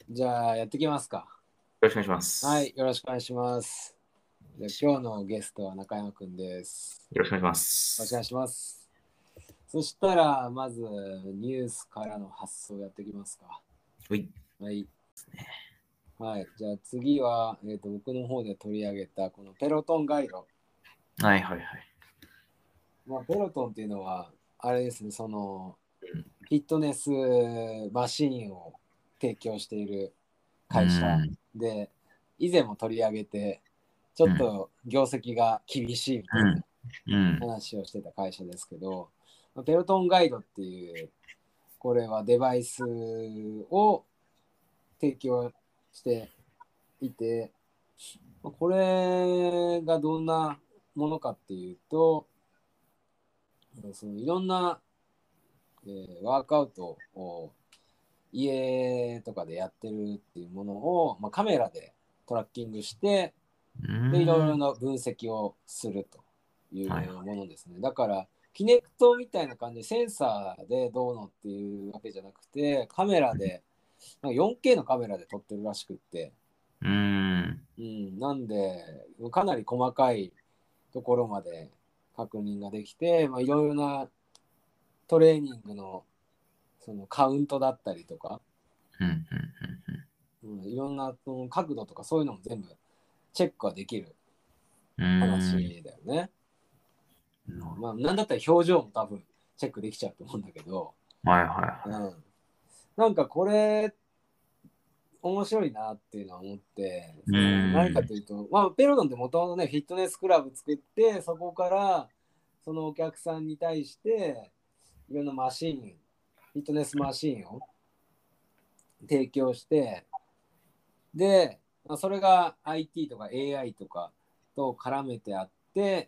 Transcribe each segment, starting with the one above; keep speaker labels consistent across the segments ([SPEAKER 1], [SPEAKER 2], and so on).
[SPEAKER 1] じゃあやっていきますか。
[SPEAKER 2] よろしくお願いします。
[SPEAKER 1] はい、よろしくお願いします。じゃあ今日のゲストは中山くんです。
[SPEAKER 2] よろしくお願いしま
[SPEAKER 1] よろしくお願い
[SPEAKER 2] す。
[SPEAKER 1] します。そしたら、まずニュースからの発想やっていきますか。
[SPEAKER 2] はい。
[SPEAKER 1] はい。はい。じゃあ次は、僕の方で取り上げたこのペロトンガイド。
[SPEAKER 2] はいはいはい。
[SPEAKER 1] ペロトンっていうのは、あれですね、その
[SPEAKER 2] うん
[SPEAKER 1] フィットネスマシーンを提供している
[SPEAKER 2] う
[SPEAKER 1] 会社
[SPEAKER 2] ん。
[SPEAKER 1] で、以前も取り上げて、ちょっと業績が厳しいみたいな
[SPEAKER 2] うん。
[SPEAKER 1] 話をしてた会社ですけど、ペロトンガイドっていう、これはデバイスを提供していて、これがどんなものかっていうと、そのいろんな、ワークアウトを家とかでやってるっていうものを、カメラでトラッキングして、
[SPEAKER 2] う
[SPEAKER 1] でいろいろ
[SPEAKER 2] ん。
[SPEAKER 1] な分析をするとい
[SPEAKER 2] はい
[SPEAKER 1] うものですね。だからキネクトみたいな感じでセンサーでどうのっていうわけじゃなくて、カメラで 4K のカメラで撮ってるらしくって、
[SPEAKER 2] うん。
[SPEAKER 1] なんでかなり細かいところまで確認ができて、いろいろなトレーニングのそのカウントだったりとか、
[SPEAKER 2] うん。
[SPEAKER 1] いろんな角度とかそういうのも全部チェックができる
[SPEAKER 2] うん。
[SPEAKER 1] 話だよね。
[SPEAKER 2] うん。
[SPEAKER 1] なんだったら表情も多分チェックできちゃうと思うんだけど、
[SPEAKER 2] はいはいは
[SPEAKER 1] なんかこれ面白いなっていうのは思って、
[SPEAKER 2] い。う
[SPEAKER 1] その何か
[SPEAKER 2] ん。
[SPEAKER 1] というと、ペロドンってもともとね、フィットネスクラブ作って、そこからそのお客さんに対していろんなマシーン、フィットネスマシーンを提供して、で、それが IT とか AI とかと絡めてあって、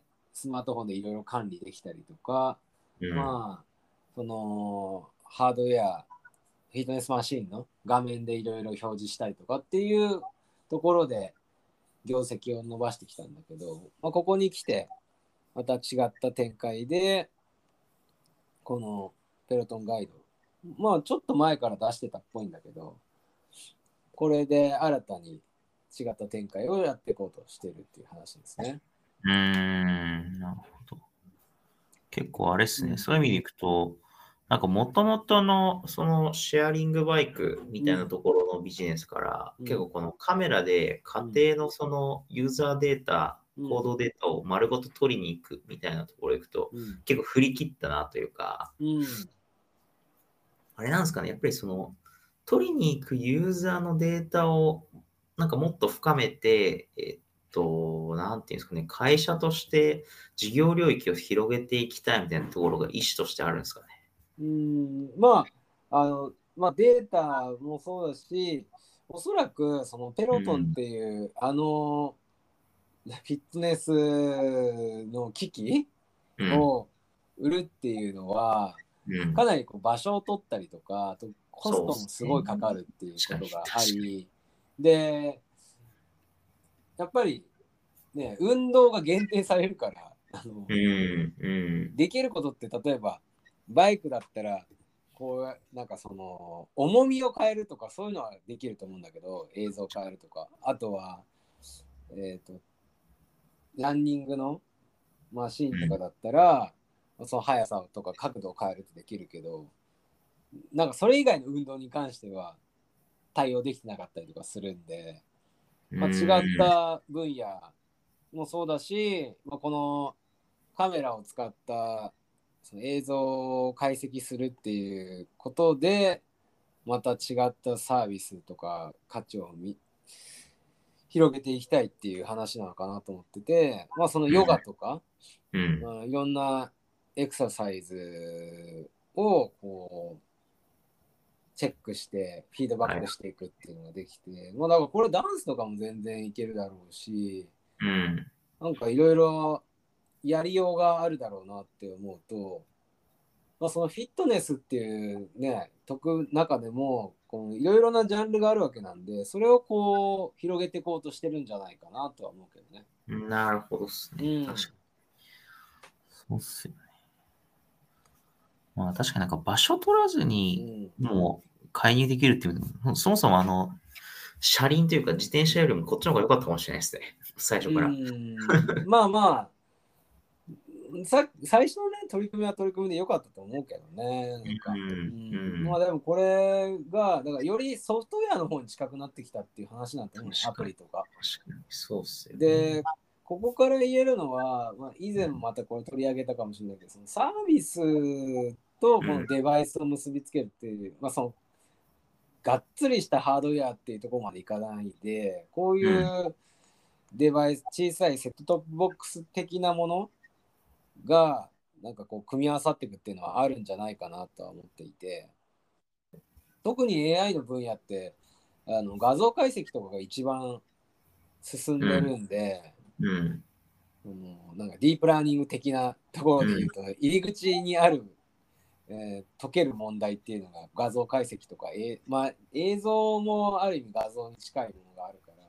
[SPEAKER 1] スマートフォンでいろいろ管理できたりとか、
[SPEAKER 2] うん。
[SPEAKER 1] そのハードウェア、フィットネスマシーンの画面でいろいろ表示したりとかっていうところで業績を伸ばしてきたんだけど、ここに来てまた違った展開で、このペロトンガイド、ちょっと前から出してたっぽいんだけど、これで新たに違った展開をやっていこうとしてるっていう話ですね。
[SPEAKER 2] なるほど。結構あれですね。
[SPEAKER 1] うん。
[SPEAKER 2] そういう意味でいくと、なんかもともとのそのシェアリングバイクみたいな
[SPEAKER 1] うん。
[SPEAKER 2] ところのビジネスから、
[SPEAKER 1] うん。
[SPEAKER 2] 結構このカメラで家
[SPEAKER 1] うん。
[SPEAKER 2] 庭のそのユーザーデータ、
[SPEAKER 1] うん。
[SPEAKER 2] 行動データを丸ごと取りに行くみたいなところに行くと、
[SPEAKER 1] うん。
[SPEAKER 2] 結構振り切ったなというか、
[SPEAKER 1] うん。
[SPEAKER 2] あれなんですかね、やっぱりその、取りに行くユーザーのデータをなんかもっと深めて、なんていうんですかね、会社として事業領域を広げていきたいみたいなところが意思としてあるんですかね。
[SPEAKER 1] データもそうだし、おそらくそのペロトンっ
[SPEAKER 2] うん。
[SPEAKER 1] ていうフィットネスの機器
[SPEAKER 2] うん。
[SPEAKER 1] を売るっていうのは、
[SPEAKER 2] うん。
[SPEAKER 1] かなりこう場所を取ったりとか、あとコス
[SPEAKER 2] そうで
[SPEAKER 1] トもす
[SPEAKER 2] すね。
[SPEAKER 1] ごいかかるっていうこ
[SPEAKER 2] 確かに、
[SPEAKER 1] とがあ
[SPEAKER 2] 確かに。
[SPEAKER 1] り、で、やっぱりね、運動が限定されるから、
[SPEAKER 2] うん。うん。
[SPEAKER 1] できることって例えば、バイクだったら、なんかその、重みを変えるとか、そういうのはできると思うんだけど、映像を変えるとか、あとは、えっ、と、ランニングのマシーンとかだったら、その速さとか角度を変えるとできるけど、なんかそれ以外の運動に関しては対応できてなかったりとかするんで、
[SPEAKER 2] う
[SPEAKER 1] 違っ
[SPEAKER 2] ん。
[SPEAKER 1] た分野もそうだし、このカメラを使ったその映像を解析するっていうことで、また違ったサービスとか価値を広げていきたいっていう話なのかなと思ってて、そのヨガとか、
[SPEAKER 2] うん。
[SPEAKER 1] いろんなエクササイズをこうチェックしてフィードバッ
[SPEAKER 2] はい。
[SPEAKER 1] クしていくっていうのができて、だからこれダンスとかも全然いけるだろうし、
[SPEAKER 2] うん。
[SPEAKER 1] なんかいろいろやりようがあるだろうなって思うと、そのフィットネスっていうね、中でも、いろいろなジャンルがあるわけなんで、それをこう、広げていこうとしてるんじゃないかなとは思うけどね。
[SPEAKER 2] なるほどっすね。確かに。
[SPEAKER 1] うん。
[SPEAKER 2] そうっすよね。まあ確かになんか場所取らずに
[SPEAKER 1] うん。
[SPEAKER 2] もう介入できるっていうのも、そもそも車輪というか自転車よりもこっちの方が良かったかもしれないですね。最初から。
[SPEAKER 1] まあまあ、最初のね、取り組みは取り組みで良かったと思うけどね。なんか、まあでもこれが、だからよりソフトウェアの方に近くなってきたっていう話なんてね、アプリとか。
[SPEAKER 2] 確かに、そうっすよね。
[SPEAKER 1] で、ここから言えるのは、まあ、以前もまたこれ取り上げたかもしれないけど、そのサービスとこのデバイスを結びつけるっていう、まあそのがっつりしたハードウェアっていうところまでいかないで、こういうデバイス、小さいセットトップボックス的なものが、なんかこう、組み合わさっていくっていうのはあるんじゃないかなとは思っていて、特に AI の分野って、画像解析とかが一番進んでるんで、なんかディープラーニング的なところで言うと、入り口にある、解ける問題っていうのが画像解析とか、まあ、映像もある意味画像に近いものがあるから、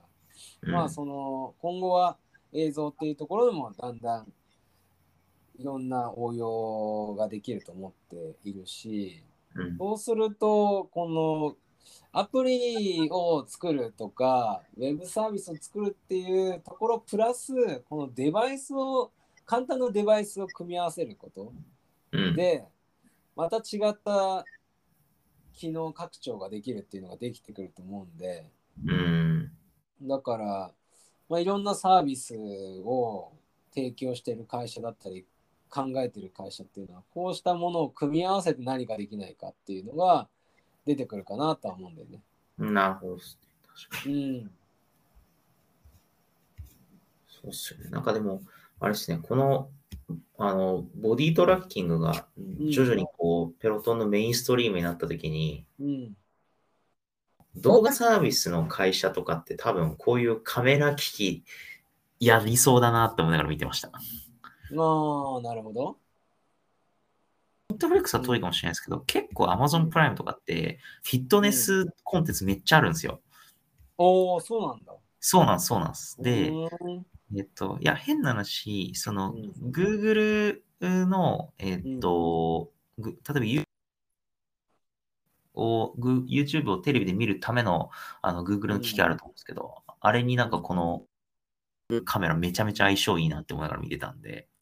[SPEAKER 1] まあその今後は映像っていうところでもだんだんいろんな応用ができると思っているし、そうするとこのアプリを作るとかウェブサービスを作るっていうところプラスこのデバイスを簡単なデバイスを組み合わせることで、また違った機能拡張ができるっていうのができてくると思うんで、だから、まあ、いろんなサービスを提供している会社だったり考えている会社っていうのはこうしたものを組み合わせて何かできないかっていうのが出てくるかなとは思うんだよね。
[SPEAKER 2] なるほどですね。確か
[SPEAKER 1] に。
[SPEAKER 2] そうっすよね。なんかでも、あれですね、この、ボディトラッキングが徐々にこう、ペロトンのメインストリームになったときに、動画サービスの会社とかって多分こういうカメラ機器やりそうだなって思いながら見てました。
[SPEAKER 1] ああ、なるほど。
[SPEAKER 2] ネットフリックスは遠いかもしれないですけど、結構 Amazon プライムとかってフィットネスコンテンツめっちゃあるんですよ。
[SPEAKER 1] おお、そうなんだ。
[SPEAKER 2] そうなんです、そうなんです。で、いや、変な話、その、Google の、例えばYouTube をテレビで見るためのGoogle の機器あると思うんですけど、あれになんかこのカメラめちゃめちゃ相性いいなって思いながら見てたんで、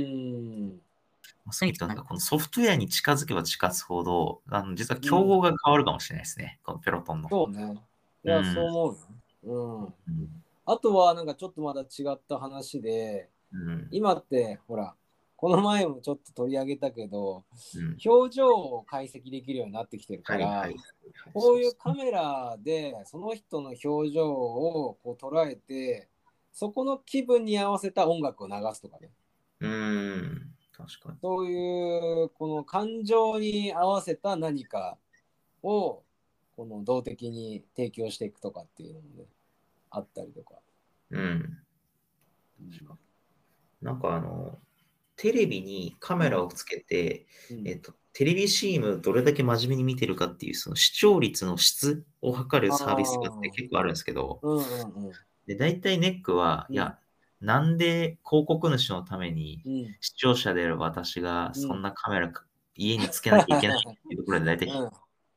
[SPEAKER 2] そういう意味でなんかこのソフトウェアに近づけば近づくほど、実は競合が変わるかもしれないですね、このペロトンの。
[SPEAKER 1] そうね。いや、そう思うよ。あとはなんかちょっとまだ違った話で、今ってほら、この前もちょっと取り上げたけど、表情を解析できるようになってきてるから、こういうカメラでその人の表情をこう捉えて、そこの気分に合わせた音楽を流すとかね。
[SPEAKER 2] 確かに。
[SPEAKER 1] そういうこの感情に合わせた何かをこの動的に提供していくとかっていうのもね、あったりとか。
[SPEAKER 2] なんかテレビにカメラをつけて、テレビ CM どれだけ真面目に見てるかっていう、その視聴率の質を測るサービスがって結構あるんですけど、で、大体ネックは、いや、なんで広告主のために視聴者である私がそんなカメラ家につけなきゃいけないっていうところで大体、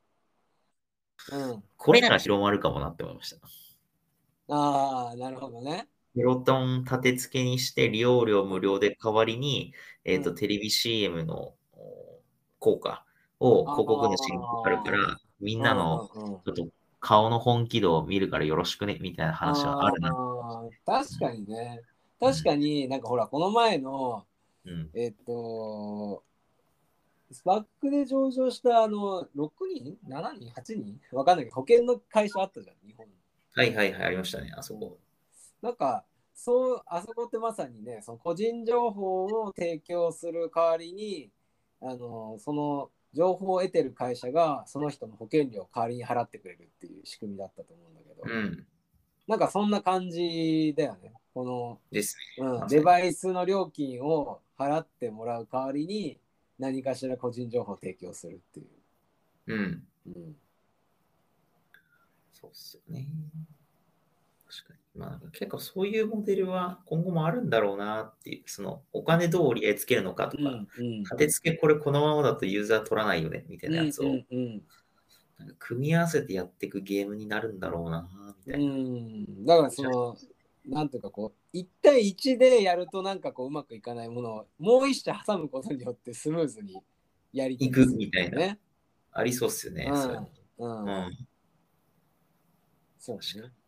[SPEAKER 2] これなら広まるかもなって思いました。
[SPEAKER 1] ああ、なるほどね。
[SPEAKER 2] ペロトン立て付けにして利用料無料で代わりに、テレビ CM の効果を広告主にかかるから、みんなのちょっと顔の本気度を見るからよろしくね、みたいな話はあるな。
[SPEAKER 1] 確かにね。確かになんかほら、この前の、スパックで上場した6人 ?7 人 ?8 人わかんないけど、保険の会社あったじゃん、日本に。
[SPEAKER 2] はいはいはい、ありましたね、あそこ。
[SPEAKER 1] なんか、そう、あそこってまさにね、その個人情報を提供する代わりに、その情報を得てる会社が、その人の保険料を代わりに払ってくれるっていう仕組みだったと思うんだけど、なんかそんな感じだよね。この、
[SPEAKER 2] ですね。
[SPEAKER 1] デバイスの料金を払ってもらう代わりに、何かしら個人情報を提供するっていう。
[SPEAKER 2] そうっすよね。確かに。まあ、結構そういうモデルは今後もあるんだろうなっていう、そのお金どう折り合いつけるのかとか、立て付けこれこのままだとユーザー取らないよねみたいなやつを、組み合わせてやっていくゲームになるんだろうな。 たいな。
[SPEAKER 1] だからその、なんていうかこう、1対1でやるとなんかこううまくいかないものをもう一社挟むことによってスムーズにやり
[SPEAKER 2] 行く
[SPEAKER 1] 取りする
[SPEAKER 2] みたいな。
[SPEAKER 1] ね。
[SPEAKER 2] ありそうっすよね、それも。
[SPEAKER 1] うん。
[SPEAKER 2] うん。
[SPEAKER 1] そうね。